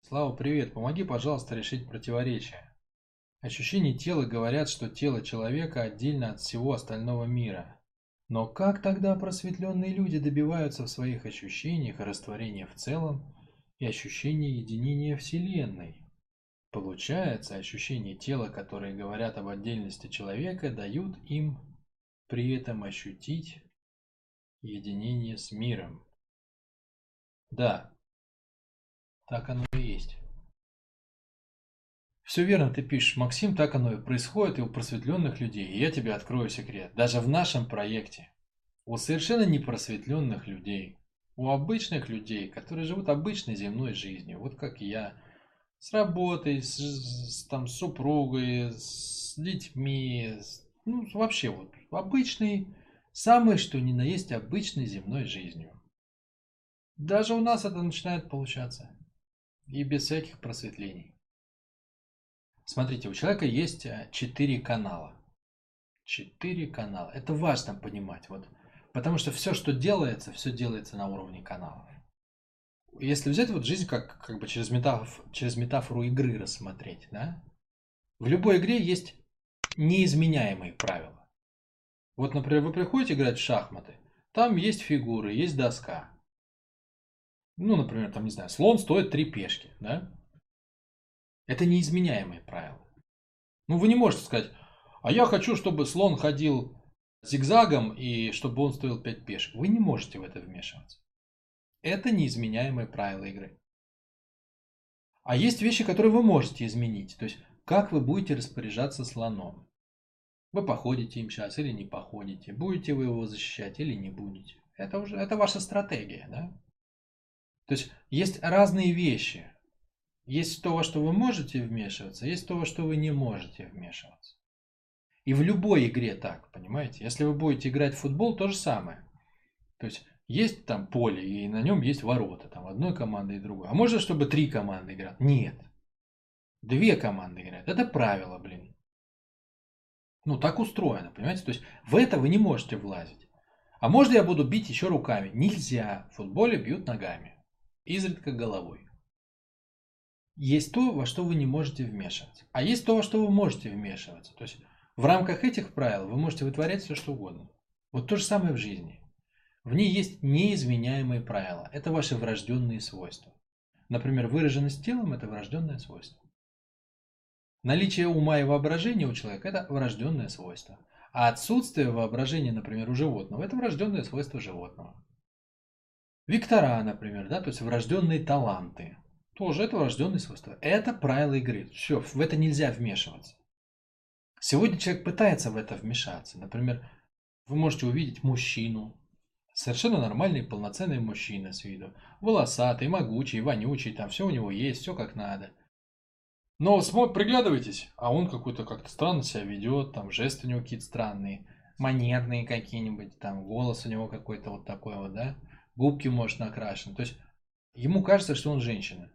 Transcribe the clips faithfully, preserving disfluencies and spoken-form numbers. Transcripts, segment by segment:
Слава, привет. Помоги, пожалуйста, решить противоречие. Ощущения тела говорят, что тело человека отдельно от всего остального мира. Но как тогда просветленные люди добиваются в своих ощущениях растворения в целом и ощущения единения Вселенной? Получается, ощущения тела, которые говорят об отдельности человека, дают им при этом ощутить единение с миром. Да, так оно и есть. Все верно ты пишешь, Максим, так оно и происходит и у просветленных людей. И я тебе открою секрет. Даже в нашем проекте у совершенно непросветленных людей, у обычных людей, которые живут обычной земной жизнью, вот как я, с работой, с, с, там, с супругой, с детьми, с- ну, вообще вот обычной, самое что ни на есть обычной земной жизнью. Даже у нас это начинает получаться. И без всяких просветлений. Смотрите, у человека есть э, четыре канала. Четыре канала. Это важно понимать. Вот, потому что все, что делается, все делается на уровне каналов. Если взять вот жизнь как, как бы через, метаф, через метафору игры рассмотреть, да? В любой игре есть неизменяемые правила. Вот, например, вы приходите играть в шахматы, там есть фигуры, есть доска. Ну, например, там, не знаю, слон стоит три пешки, да? Это неизменяемые правила. Ну, вы не можете сказать, а я хочу, чтобы слон ходил зигзагом и чтобы он стоил пять пешек. Вы не можете в это вмешиваться. Это неизменяемые правила игры. А есть вещи, которые вы можете изменить. То есть, как вы будете распоряжаться слоном. Вы походите им сейчас или не походите. Будете вы его защищать или не будете. Это уже это ваша стратегия, да? То есть, есть разные вещи. Есть то, во что вы можете вмешиваться, есть то, во что вы не можете вмешиваться. И в любой игре так, понимаете? Если вы будете играть в футбол, то же самое. То есть есть там поле, и на нем есть ворота, там одной команды и другой. А можно, чтобы три команды играют? Нет. Две команды играют. Это правило, блин. Ну, так устроено, понимаете? То есть в это вы не можете влазить. А можно я буду бить еще руками? Нельзя. В футболе бьют ногами. Изредка головой. Есть то, во что вы не можете вмешиваться. А есть то, во что вы можете вмешиваться. То есть в рамках этих правил вы можете вытворять все, что угодно. Вот то же самое в жизни. В ней есть неизменяемые правила. Это ваши врожденные свойства. Например, выраженность телом – это врожденное свойство. Наличие ума и воображения у человека – это врожденное свойство. А отсутствие воображения, например, у животного – это врожденное свойство животного. Вектора, например, да, то есть врожденные таланты. Тоже это врожденные свойства. Это правила игры. Все, в это нельзя вмешиваться. Сегодня человек пытается в это вмешаться. Например, вы можете увидеть мужчину, совершенно нормальный, полноценный мужчина с виду. Волосатый, могучий, вонючий, там все у него есть, все как надо. Но смо- приглядывайтесь, а он какой-то как-то странно себя ведет, там жесты у него какие-то странные, манерные какие-нибудь, там голос у него какой-то вот такой вот, да, губки, может, накрашены. То есть ему кажется, что он женщина.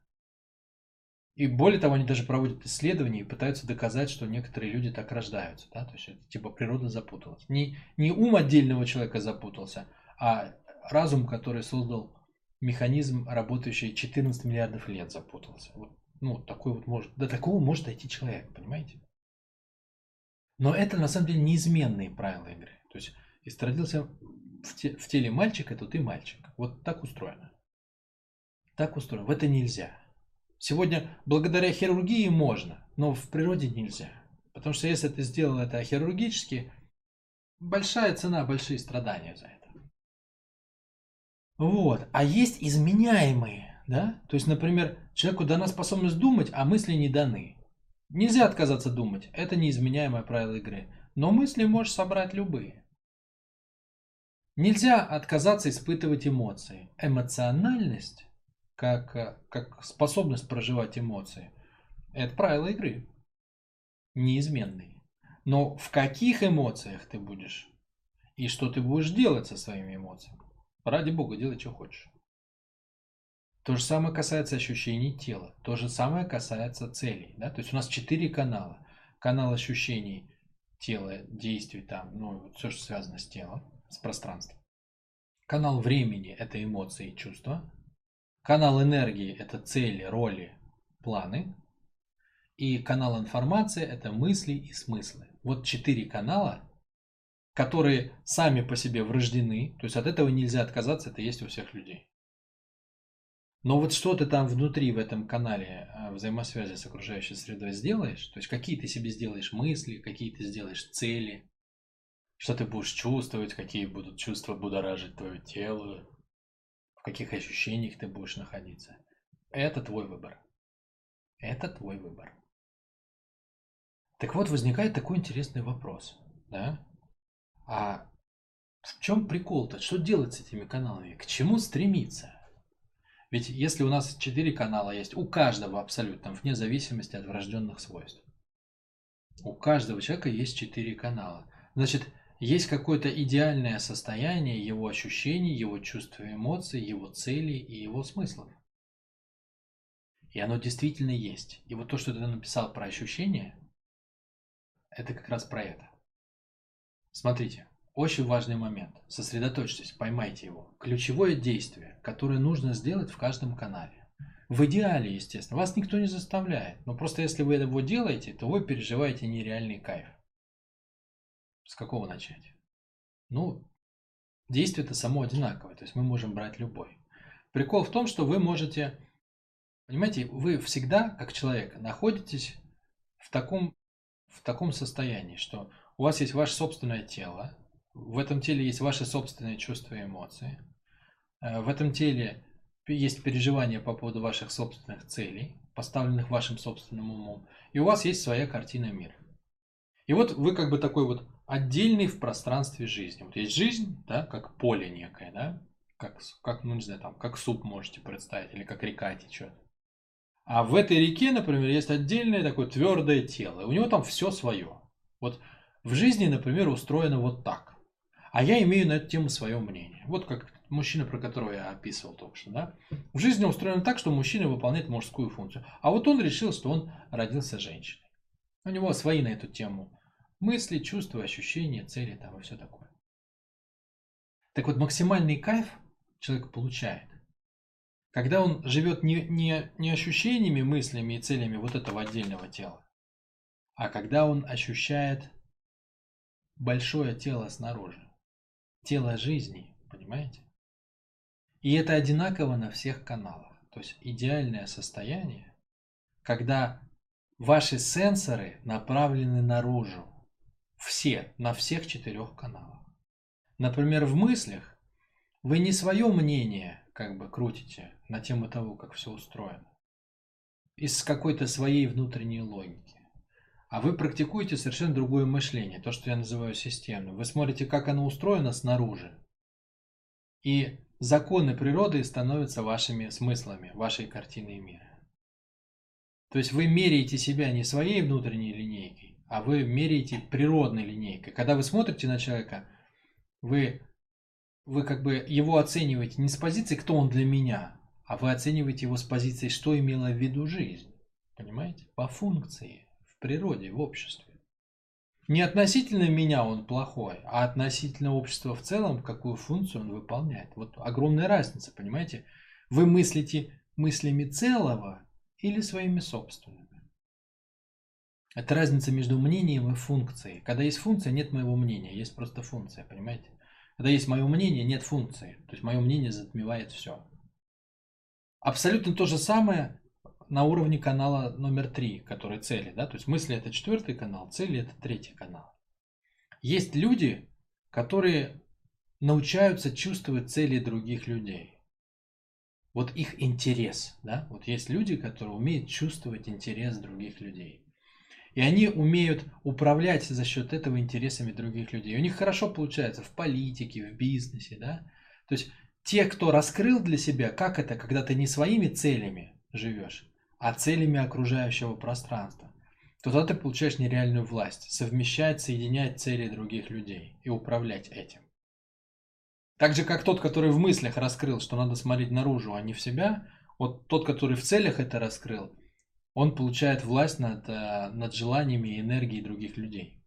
И более того, они даже проводят исследования и пытаются доказать, что некоторые люди так рождаются, да, то есть это, типа природа запуталась. Не, не ум отдельного человека запутался, а разум, который создал механизм, работающий четырнадцать миллиардов лет, запутался. Вот, ну, такой вот может, до такого может дойти человек, понимаете? Но это на самом деле неизменные правила игры. То есть, если ты родился в, те- в теле мальчика, то ты мальчик. Вот так устроено. Так устроено. В это нельзя. Сегодня благодаря хирургии можно, но в природе нельзя. Потому что если ты сделал это хирургически, большая цена, большие страдания за это. Вот. А есть изменяемые, да? То есть, например, человеку дана способность думать, а мысли не даны. Нельзя отказаться думать. Это неизменяемое правило игры. Но мысли можешь собрать любые. Нельзя отказаться испытывать эмоции. Эмоциональность, как, э, как способность проживать эмоции, это правило игры. Неизменный. Но в каких эмоциях ты будешь и что ты будешь делать со своими эмоциями? Ради бога, делай, что хочешь. То же самое касается ощущений тела. То же самое касается целей. Да? То есть у нас четыре канала. Канал ощущений тела, действий там, ну, вот все, что связано с телом, с пространством. Канал времени – это эмоции и чувства. Канал энергии – это цели, роли, планы, и канал информации – это мысли и смыслы. Вот четыре канала, которые сами по себе врождены, то есть от этого нельзя отказаться, это есть у всех людей. Но вот что ты там внутри в этом канале взаимосвязи с окружающей средой сделаешь, то есть какие ты себе сделаешь мысли, какие ты сделаешь цели, что ты будешь чувствовать, какие будут чувства будоражить твое тело, в каких ощущениях ты будешь находиться. Это твой выбор. Это твой выбор. Так вот, возникает такой интересный вопрос, да? А в чем прикол-то? Что делать с этими каналами? К чему стремиться? Ведь если у нас четыре канала есть, у каждого абсолютно, вне зависимости от врожденных свойств. У каждого человека есть четыре канала. Значит, есть какое-то идеальное состояние его ощущений, его чувств и эмоций, его целей и его смыслов. И оно действительно есть. И вот то, что ты написал про ощущения, это как раз про это. Смотрите, очень важный момент. Сосредоточьтесь, поймайте его. Ключевое действие, которое нужно сделать в каждом канале. В идеале, естественно, вас никто не заставляет. Но просто если вы его делаете, то вы переживаете нереальный кайф. С какого начать? Ну, действие-то само одинаковое, то есть мы можем брать любой. Прикол в том, что вы можете, понимаете, вы всегда, как человек, находитесь в таком, в таком состоянии, что у вас есть ваше собственное тело, в этом теле есть ваши собственные чувства и эмоции, в этом теле есть переживания по поводу ваших собственных целей, поставленных вашим собственным умом, и у вас есть своя картина мира. И вот вы как бы такой вот отдельный в пространстве жизни. Вот есть жизнь, да, как поле некое, да, как, как, ну не знаю, там, как суп можете представить, или как река течет. А в этой реке, например, есть отдельное такое твердое тело, и у него там все свое. Вот в жизни, например, устроено вот так. А я имею на эту тему свое мнение. Вот как мужчина, про которого я описывал только что, да. В жизни устроено так, что мужчина выполняет мужскую функцию. А вот он решил, что он родился женщиной. У него свои на эту тему мысли, чувства, ощущения, цели там и все такое. Так вот, максимальный кайф человек получает, когда он живет не, не, не ощущениями, мыслями и целями вот этого отдельного тела, а когда он ощущает большое тело снаружи, тело жизни, понимаете? И это одинаково на всех каналах. То есть идеальное состояние, когда ваши сенсоры направлены наружу. Все, на всех четырех каналах. Например, в мыслях вы не свое мнение как бы крутите на тему того, как все устроено, из какой-то своей внутренней логики. А вы практикуете совершенно другое мышление, то, что я называю системным. Вы смотрите, как оно устроено снаружи. И законы природы становятся вашими смыслами, вашей картиной мира. То есть вы меряете себя не своей внутренней линейкой, а вы меряете природной линейкой. Когда вы смотрите на человека, вы, вы как бы его оцениваете не с позиции «кто он для меня», а вы оцениваете его с позиции «что имела в виду жизнь». Понимаете? По функции, в природе, в обществе. Не относительно меня он плохой, а относительно общества в целом, какую функцию он выполняет. Вот огромная разница, понимаете? Вы мыслите мыслями целого или своими собственными. Это разница между мнением и функцией. Когда есть функция, нет моего мнения, есть просто функция, понимаете? Когда есть мое мнение, нет функции. То есть мое мнение затмевает все. Абсолютно то же самое на уровне канала номер три, который цели. Да? То есть мысли это четвертый канал, цели это третий канал. Есть люди, которые научаются чувствовать цели других людей. Вот их интерес. Да? Вот есть люди, которые умеют чувствовать интерес других людей. И они умеют управлять за счет этого интересами других людей. У них хорошо получается в политике, в бизнесе. Да? То есть те, кто раскрыл для себя, как это, когда ты не своими целями живешь, а целями окружающего пространства, то тогда ты получаешь нереальную власть. Совмещать, соединять цели других людей и управлять этим. Так же, как тот, который в мыслях раскрыл, что надо смотреть наружу, а не в себя, вот тот, который в целях это раскрыл, он получает власть над, над желаниями и энергией других людей.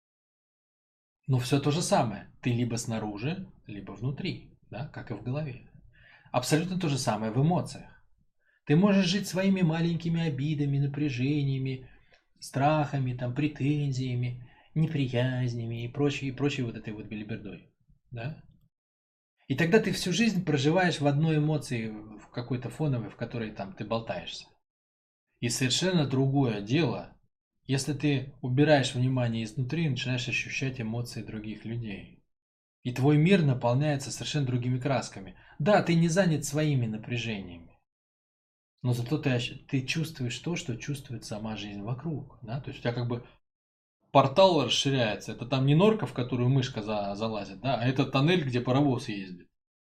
Но все то же самое. Ты либо снаружи, либо внутри, да, как и в голове. Абсолютно то же самое в эмоциях. Ты можешь жить своими маленькими обидами, напряжениями, страхами, там, претензиями, неприязнями и прочей, и прочей вот этой вот белибердой. Да? И тогда ты всю жизнь проживаешь в одной эмоции, в какой-то фоновой, в которой там ты болтаешься. И совершенно другое дело, если ты убираешь внимание изнутри и начинаешь ощущать эмоции других людей. И твой мир наполняется совершенно другими красками. Да, ты не занят своими напряжениями, но зато ты, ощ- ты чувствуешь то, что чувствует сама жизнь вокруг. Да? То есть у тебя как бы портал расширяется. Это там не норка, в которую мышка за, залазит, да, а это тоннель, где паровоз ездит.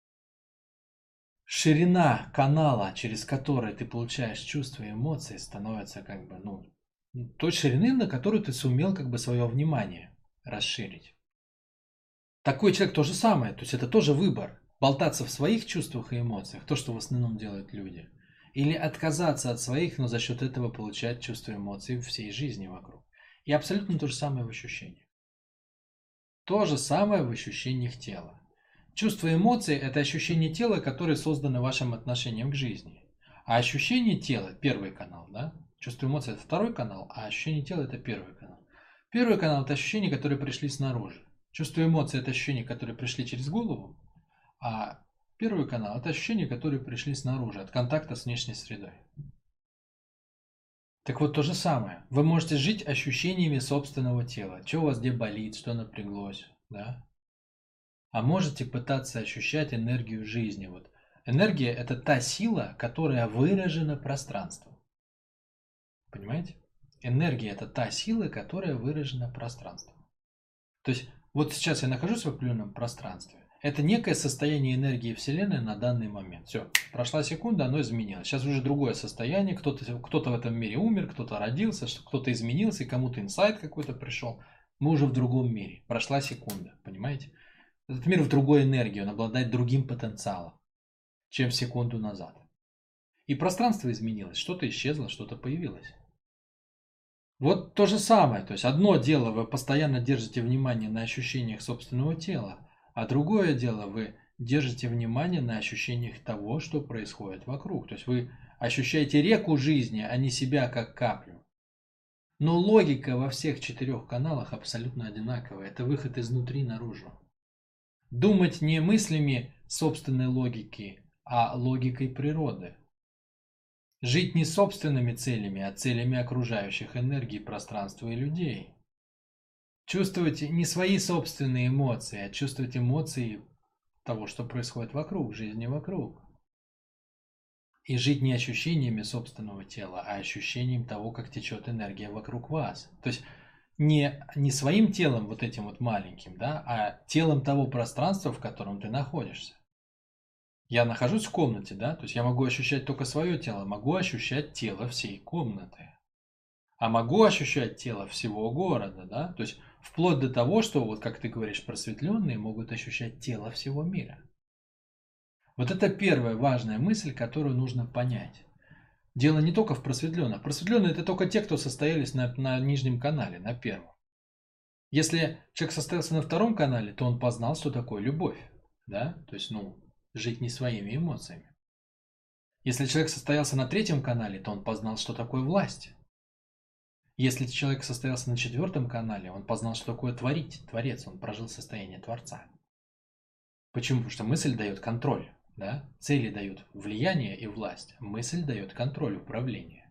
Ширина канала, через который ты получаешь чувства и эмоции, становится как бы, ну, той ширины, на которую ты сумел как бы свое внимание расширить. Такой человек то же самое, то есть это тоже выбор. Болтаться в своих чувствах и эмоциях, то, что в основном делают люди. Или отказаться от своих, но за счет этого получать чувства и эмоции всей жизни вокруг. И абсолютно то же самое в ощущениях. То же самое в ощущениях тела. Чувства и эмоции – это ощущения тела, которые созданы вашим отношением к жизни. А ощущение тела – первый канал, да? Чувства и эмоции – это второй канал, а ощущение тела – это первый канал. Первый канал – это ощущения, которые пришли снаружи. Чувства и эмоции – это ощущения, которые пришли через голову, а первый канал – это ощущения, которые пришли снаружи, от контакта с внешней средой. Так вот, то же самое. Вы можете жить ощущениями собственного тела. Что у вас где болит, что напряглось, да? А можете пытаться ощущать энергию жизни. Вот. Энергия – это та сила, которая выражена пространством. Понимаете? Энергия – это та сила, которая выражена пространством. То есть, вот сейчас я нахожусь в определенном пространстве. Это некое состояние энергии Вселенной на данный момент. Все, прошла секунда, оно изменилось. Сейчас уже другое состояние. Кто-то кто в этом мире умер, кто-то родился, кто-то изменился, и кому-то инсайт какой-то пришел. Мы уже в другом мире. Прошла секунда, понимаете? Этот мир в другой энергии, он обладает другим потенциалом, чем секунду назад. И пространство изменилось, что-то исчезло, что-то появилось. Вот то же самое, то есть одно дело вы постоянно держите внимание на ощущениях собственного тела, а другое дело вы держите внимание на ощущениях того, что происходит вокруг. То есть вы ощущаете реку жизни, а не себя как каплю. Но логика во всех четырех каналах абсолютно одинаковая. Это выход изнутри наружу. Думать не мыслями собственной логики, а логикой природы. Жить не собственными целями, а целями окружающих энергий, пространства и людей. Чувствовать не свои собственные эмоции, а чувствовать эмоции того, что происходит вокруг, жизни вокруг. И жить не ощущениями собственного тела, а ощущением того, как течет энергия вокруг вас. То есть не, не своим телом вот этим вот маленьким, да, а телом того пространства, в котором ты находишься. Я нахожусь в комнате, да, то есть я могу ощущать только свое тело, могу ощущать тело всей комнаты. А могу ощущать тело всего города, да, то есть вплоть до того, что, вот как ты говоришь, просветленные могут ощущать тело всего мира. Вот это первая важная мысль, которую нужно понять. Дело не только в просветленных. Просветленные – это только те, кто состоялись на, на нижнем канале, на первом. Если человек состоялся на втором канале, то он познал, что такое любовь. Да? То есть, ну, жить не своими эмоциями. Если человек состоялся на третьем канале, то он познал, что такое власть. Если человек состоялся на четвертом канале, он познал, что такое творить, творец, он прожил состояние творца. Почему? Потому что мысль дает контроль. Да? Цели дают влияние и власть. Мысль дает контроль, управление.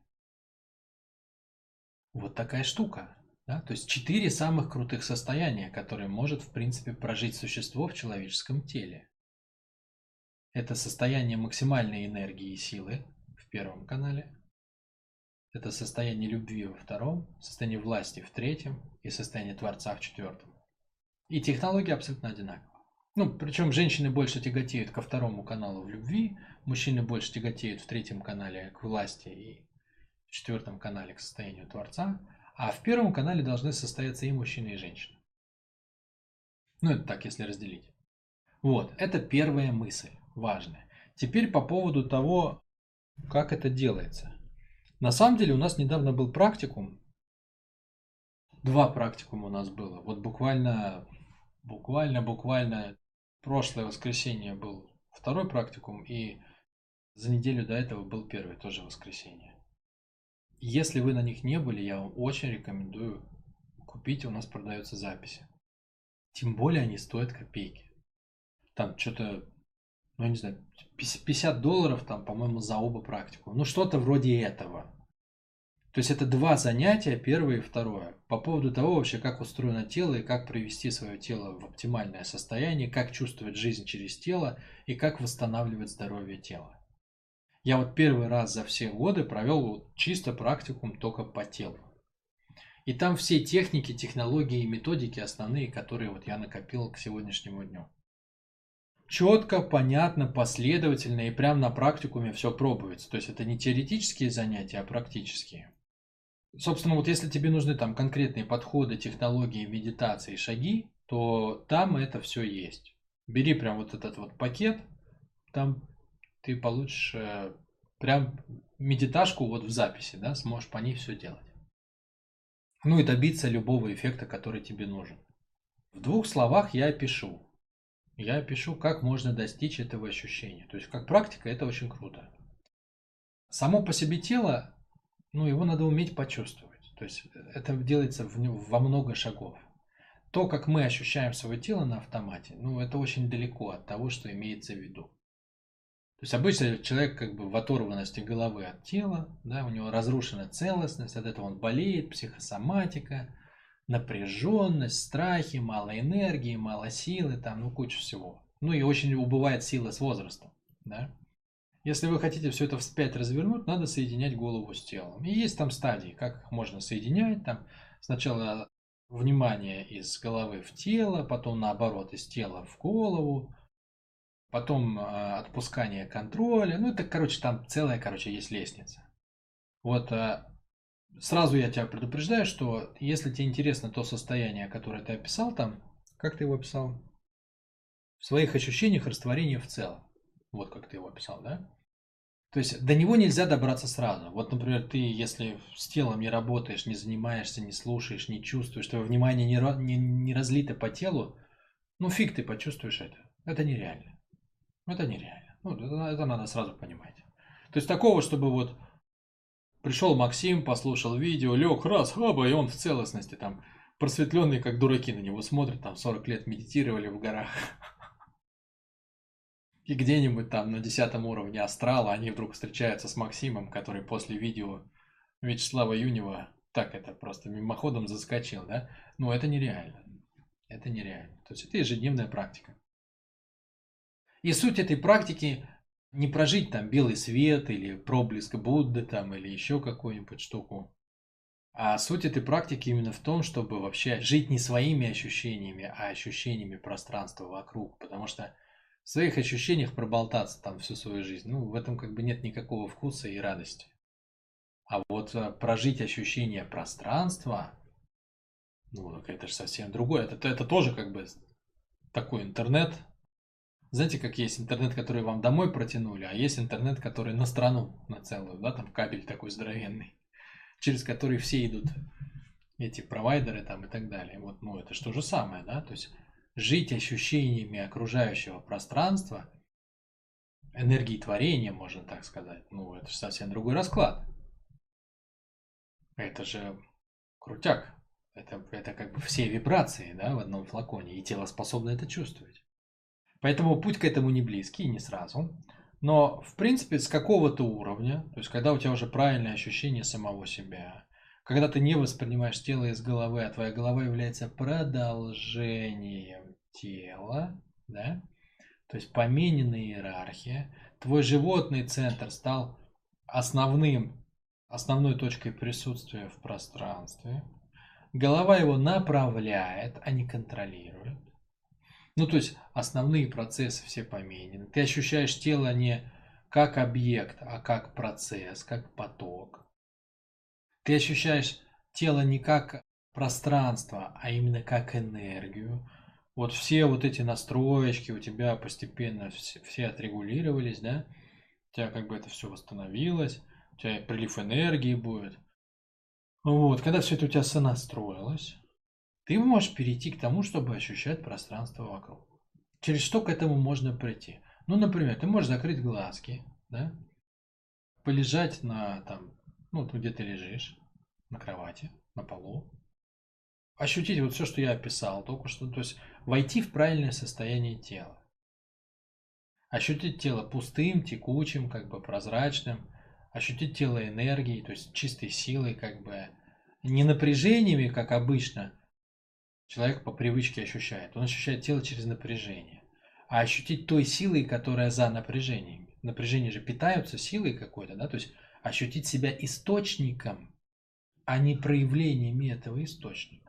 Вот такая штука. Да? То есть четыре самых крутых состояния, которые может в принципе прожить существо в человеческом теле. Это состояние максимальной энергии и силы в первом канале. Это состояние любви во втором, состояние власти в третьем и состояние Творца в четвертом. И технологии абсолютно одинаковые. Ну, причем женщины больше тяготеют ко второму каналу в любви, мужчины больше тяготеют в третьем канале к власти и в четвертом канале к состоянию Творца, а в первом канале должны состояться и мужчины, и женщины. Ну, это так, если разделить. Вот, это первая мысль, важная. Теперь по поводу того, как это делается. На самом деле у нас недавно был практикум. Два практикума у нас было. Вот буквально, буквально, буквально прошлое воскресенье был второй практикум, и За неделю до этого был первый, тоже воскресенье. Если вы на них не были, я вам очень рекомендую купить, у нас продаются записи. Тем более они стоят копейки. Там что-то, ну не знаю, пятьдесят долларов там, по-моему, за оба практику. Ну что-то вроде этого. То есть это два занятия, первое и второе. По поводу того вообще, как устроено тело и как привести свое тело в оптимальное состояние, как чувствовать жизнь через тело и как восстанавливать здоровье тела. Я вот первый раз за все годы провел вот чисто практикум только по телу. И там все техники, технологии и методики основные, которые вот я накопил к сегодняшнему дню. Четко, понятно, последовательно и прям на практикуме все пробуется. То есть это не теоретические занятия, а практические. Собственно, вот если тебе нужны там конкретные подходы, технологии, медитации, шаги, то там это все есть. Бери прям вот этот вот пакет, там ты получишь э, прям медиташку вот в записи, да, сможешь по ней все делать. Ну и добиться любого эффекта, который тебе нужен. В двух словах я опишу. Я опишу, как можно достичь этого ощущения. То есть, как практика, это очень круто. Само по себе тело, ну, его надо уметь почувствовать. То есть, это делается в, во много шагов. То, как мы ощущаем свое тело на автомате, ну, это очень далеко от того, что имеется в виду. То есть обычно человек как бы в оторванности головы от тела, да, у него разрушена целостность, от этого он болеет, психосоматика, напряженность, страхи, мало энергии, мало силы, там, ну, куча всего. Ну и очень убывает сила с возрастом, да. Если вы хотите все это вспять развернуть, надо соединять голову с телом. И есть там стадии, как их можно соединять, там сначала внимание из головы в тело, потом наоборот из тела в голову, потом э, отпускание контроля. Ну, это, короче, там целая, короче, есть лестница. Вот э, сразу я тебя предупреждаю, что если тебе интересно то состояние, которое ты описал там, как ты его описал? В своих ощущениях растворения в целом. Вот как ты его описал, да? То есть до него нельзя добраться сразу. Вот, например, ты, если с телом не работаешь, не занимаешься, не слушаешь, не чувствуешь, твое внимание не, не, не разлито по телу, ну фиг ты почувствуешь это. Это нереально. Это нереально. Ну, это, это надо сразу понимать. То есть такого, чтобы вот пришел Максим, послушал видео, лег раз, хаба, и он в целостности там просветленный, как дураки на него смотрят, там сорок лет медитировали в горах. И где-нибудь там на десятом уровне астрала они вдруг встречаются с Максимом, который после видео Вячеслава Юнева так это просто мимоходом заскочил, да? Ну, это нереально. Это нереально. То есть это ежедневная практика. И суть этой практики не прожить там белый свет или проблеск Будды там или еще какую-нибудь штуку. А суть этой практики именно в том, чтобы вообще жить не своими ощущениями, а ощущениями пространства вокруг. Потому что в своих ощущениях проболтаться там всю свою жизнь, ну, в этом как бы нет никакого вкуса и радости. А вот э, прожить ощущение пространства, ну, так это же совсем другое. Это, это тоже как бы такой интернет. Знаете, как есть интернет, который вам домой протянули, а есть интернет, который на страну, на целую, да, там кабель такой здоровенный, через который все идут эти провайдеры там и так далее. Вот, ну, это же то же самое, да, то есть жить ощущениями окружающего пространства, энергии творения, можно так сказать, ну, это же совсем другой расклад. Это же крутяк. Это, это как бы все вибрации, да, в одном флаконе, и тело способно это чувствовать. Поэтому путь к этому не близкий, не сразу. Но, в принципе, с какого-то уровня, то есть, когда у тебя уже правильное ощущение самого себя, когда ты не воспринимаешь тело из головы, а твоя голова является продолжением тела, да, то есть поменена иерархия, твой животный центр стал основным, основной точкой присутствия в пространстве, голова его направляет, а не контролирует. Ну, то есть основные процессы все поменены. Ты ощущаешь тело не как объект, а как процесс, как поток. Ты ощущаешь тело не как пространство, а именно как энергию. Вот все вот эти настроечки у тебя постепенно все, все отрегулировались, да? У тебя как бы это все восстановилось, у тебя прилив энергии будет. Вот, когда все это у тебя сонастроилось, ты можешь перейти к тому, чтобы ощущать пространство вокруг. Через что к этому можно прийти? Ну, например, ты можешь закрыть глазки, да? полежать на там, ну, вот где ты лежишь, на кровати, на полу, ощутить вот все, что я описал только что, то есть войти в правильное состояние тела. Ощутить тело пустым, текучим, как бы прозрачным, ощутить тело энергией, то есть чистой силой, как бы не напряжениями, как обычно человек по привычке ощущает. Он ощущает тело через напряжение. А ощутить той силой, которая за напряжением. Напряжение же питаются силой какой-то, да, то есть ощутить себя источником, а не проявлениями этого источника.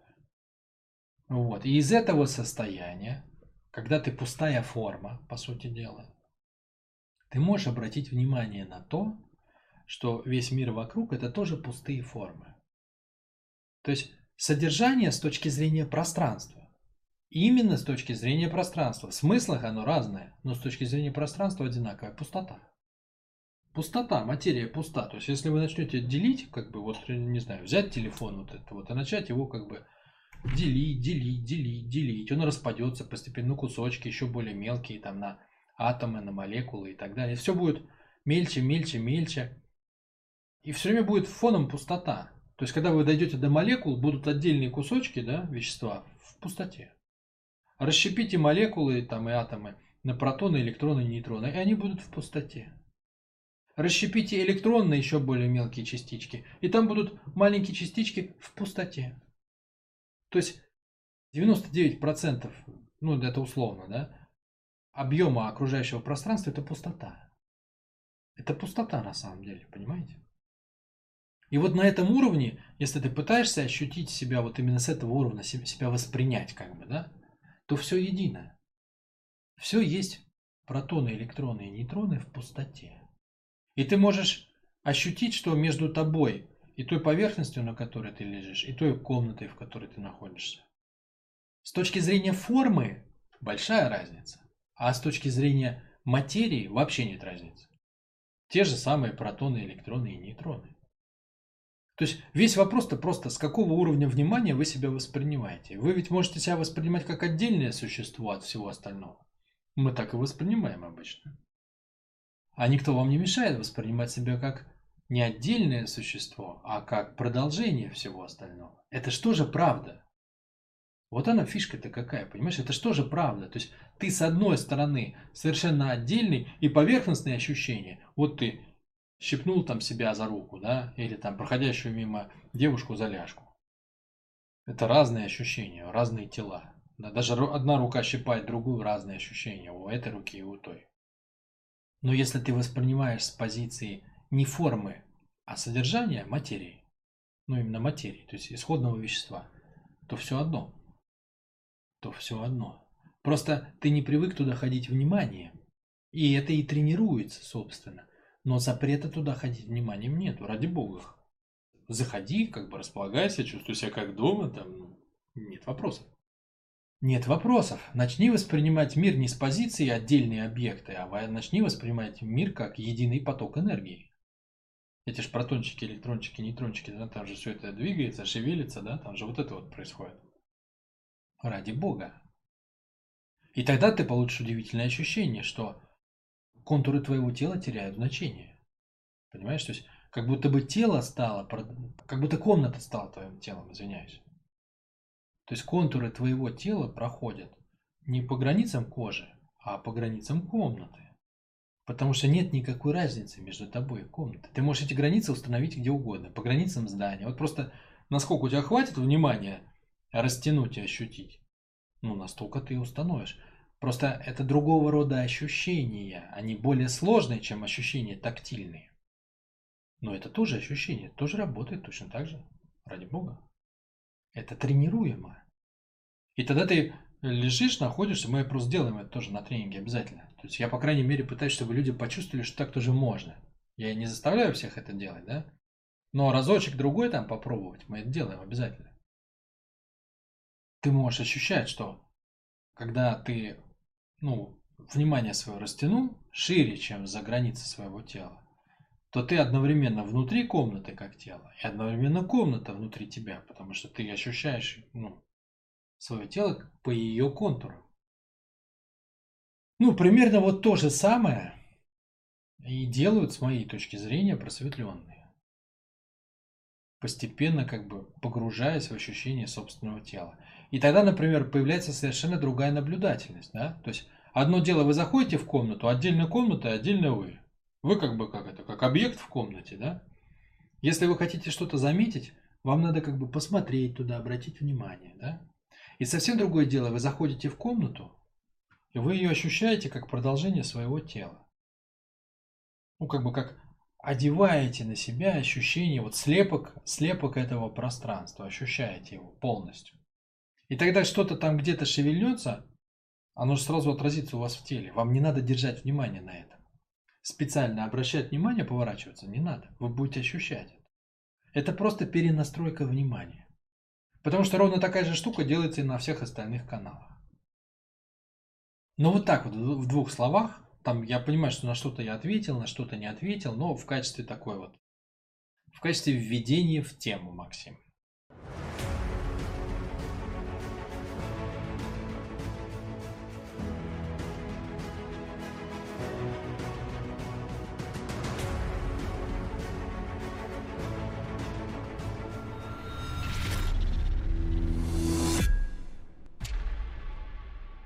Вот. И из этого состояния, когда ты пустая форма, по сути дела, ты можешь обратить внимание на то, что весь мир вокруг это тоже пустые формы. То есть содержание с точки зрения пространства. Именно с точки зрения пространства. В смыслах оно разное, но с точки зрения пространства одинаковая пустота. Пустота, материя пуста. То есть, если вы начнете делить, как бы, вот, не знаю, взять телефон вот это вот и начать его как бы делить, делить, делить, делить, он распадется постепенно на кусочки, еще более мелкие, там, на атомы, на молекулы и так далее. Все будет мельче, мельче, мельче. И все время будет фоном пустота. То есть, когда вы дойдете до молекул, будут отдельные кусочки, да, вещества в пустоте. Расщепите молекулы там, и атомы на протоны, электроны, нейтроны, и они будут в пустоте. Расщепите электронные еще более мелкие частички, и там будут маленькие частички в пустоте. То есть девяносто девять процентов, ну это условно, да, объема окружающего пространства это пустота. Это пустота на самом деле, понимаете? И вот на этом уровне, если ты пытаешься ощутить себя вот именно с этого уровня, себя воспринять как бы, да, то все едино. Все есть протоны, электроны и нейтроны в пустоте. И ты можешь ощутить, что между тобой и той поверхностью, на которой ты лежишь, и той комнатой, в которой ты находишься. С точки зрения формы большая разница, а с точки зрения материи вообще нет разницы. Те же самые протоны, электроны и нейтроны. То есть весь вопрос-то просто, с какого уровня внимания вы себя воспринимаете. Вы ведь можете себя воспринимать как отдельное существо от всего остального. Мы так и воспринимаем обычно. А никто вам не мешает воспринимать себя как не отдельное существо, а как продолжение всего остального. Это что же правда? Вот она фишка-то какая, понимаешь? Это что же правда? То есть ты с одной стороны совершенно отдельный и поверхностные ощущения. Вот ты щипнул там себя за руку, да, или там проходящую мимо девушку за ляжку. Это разные ощущения, разные тела. Да, даже одна рука щипает другую, разные ощущения у этой руки и у той. Но если ты воспринимаешь с позиции не формы, а содержания материи, ну именно материи, то есть исходного вещества, то все одно. То все одно. Просто ты не привык туда ходить вниманием. И это и тренируется, собственно. Но запрета туда ходить вниманием нету, ради бога. Заходи, как бы располагайся, чувствуй себя как дома, там нет вопросов. Нет вопросов. Начни воспринимать мир не с позиции отдельные объекты, а начни воспринимать мир как единый поток энергии. Эти ж протончики, электрончики, нейтрончики, да, там же все это двигается, шевелится, да, там же вот это вот происходит. Ради бога. И тогда ты получишь удивительное ощущение, что контуры твоего тела теряют значение. Понимаешь? То есть, как будто бы тело стало, как будто комната стала твоим телом, извиняюсь. То есть контуры твоего тела проходят не по границам кожи, а по границам комнаты. Потому что нет никакой разницы между тобой и комнатой. Ты можешь эти границы установить где угодно, по границам здания. Вот просто насколько у тебя хватит внимания растянуть и ощутить, ну настолько ты и установишь. Просто это другого рода ощущения, они более сложные, чем ощущения тактильные. Но это тоже ощущение, это тоже работает точно так же, ради бога. Это тренируемо. И тогда ты лежишь, находишься, мы просто делаем это тоже на тренинге обязательно. То есть я, по крайней мере, пытаюсь, чтобы люди почувствовали, что так тоже можно. Я не заставляю всех это делать, да? Но разочек другой там попробовать, мы это делаем обязательно. Ты можешь ощущать, что когда ты, ну, внимание свое растянул шире, чем за границы своего тела, то ты одновременно внутри комнаты как тело, и одновременно комната внутри тебя, потому что ты ощущаешь, ну, свое тело по ее контуру. Ну, примерно вот то же самое и делают, с моей точки зрения, просветленные, постепенно как бы погружаясь в ощущение собственного тела. И тогда, например, появляется совершенно другая наблюдательность, да? То есть одно дело, вы заходите в комнату, отдельная комната и отдельно вы. Вы как бы как это, как объект в комнате, да? Если вы хотите что-то заметить, вам надо как бы посмотреть туда, обратить внимание, да? И совсем другое дело, вы заходите в комнату, и вы ее ощущаете как продолжение своего тела. Ну, как бы как одеваете на себя ощущение, вот слепок, слепок этого пространства, ощущаете его полностью. И тогда что-то там где-то шевельнется, оно же сразу отразится у вас в теле. Вам не надо держать внимание на этом. Специально обращать внимание, поворачиваться не надо. Вы будете ощущать это. Это просто перенастройка внимания. Потому что ровно такая же штука делается и на всех остальных каналах. Но вот так вот, в двух словах, там я понимаю, что на что-то я ответил, на что-то не ответил, но в качестве такой вот, в качестве введения в тему, Максим.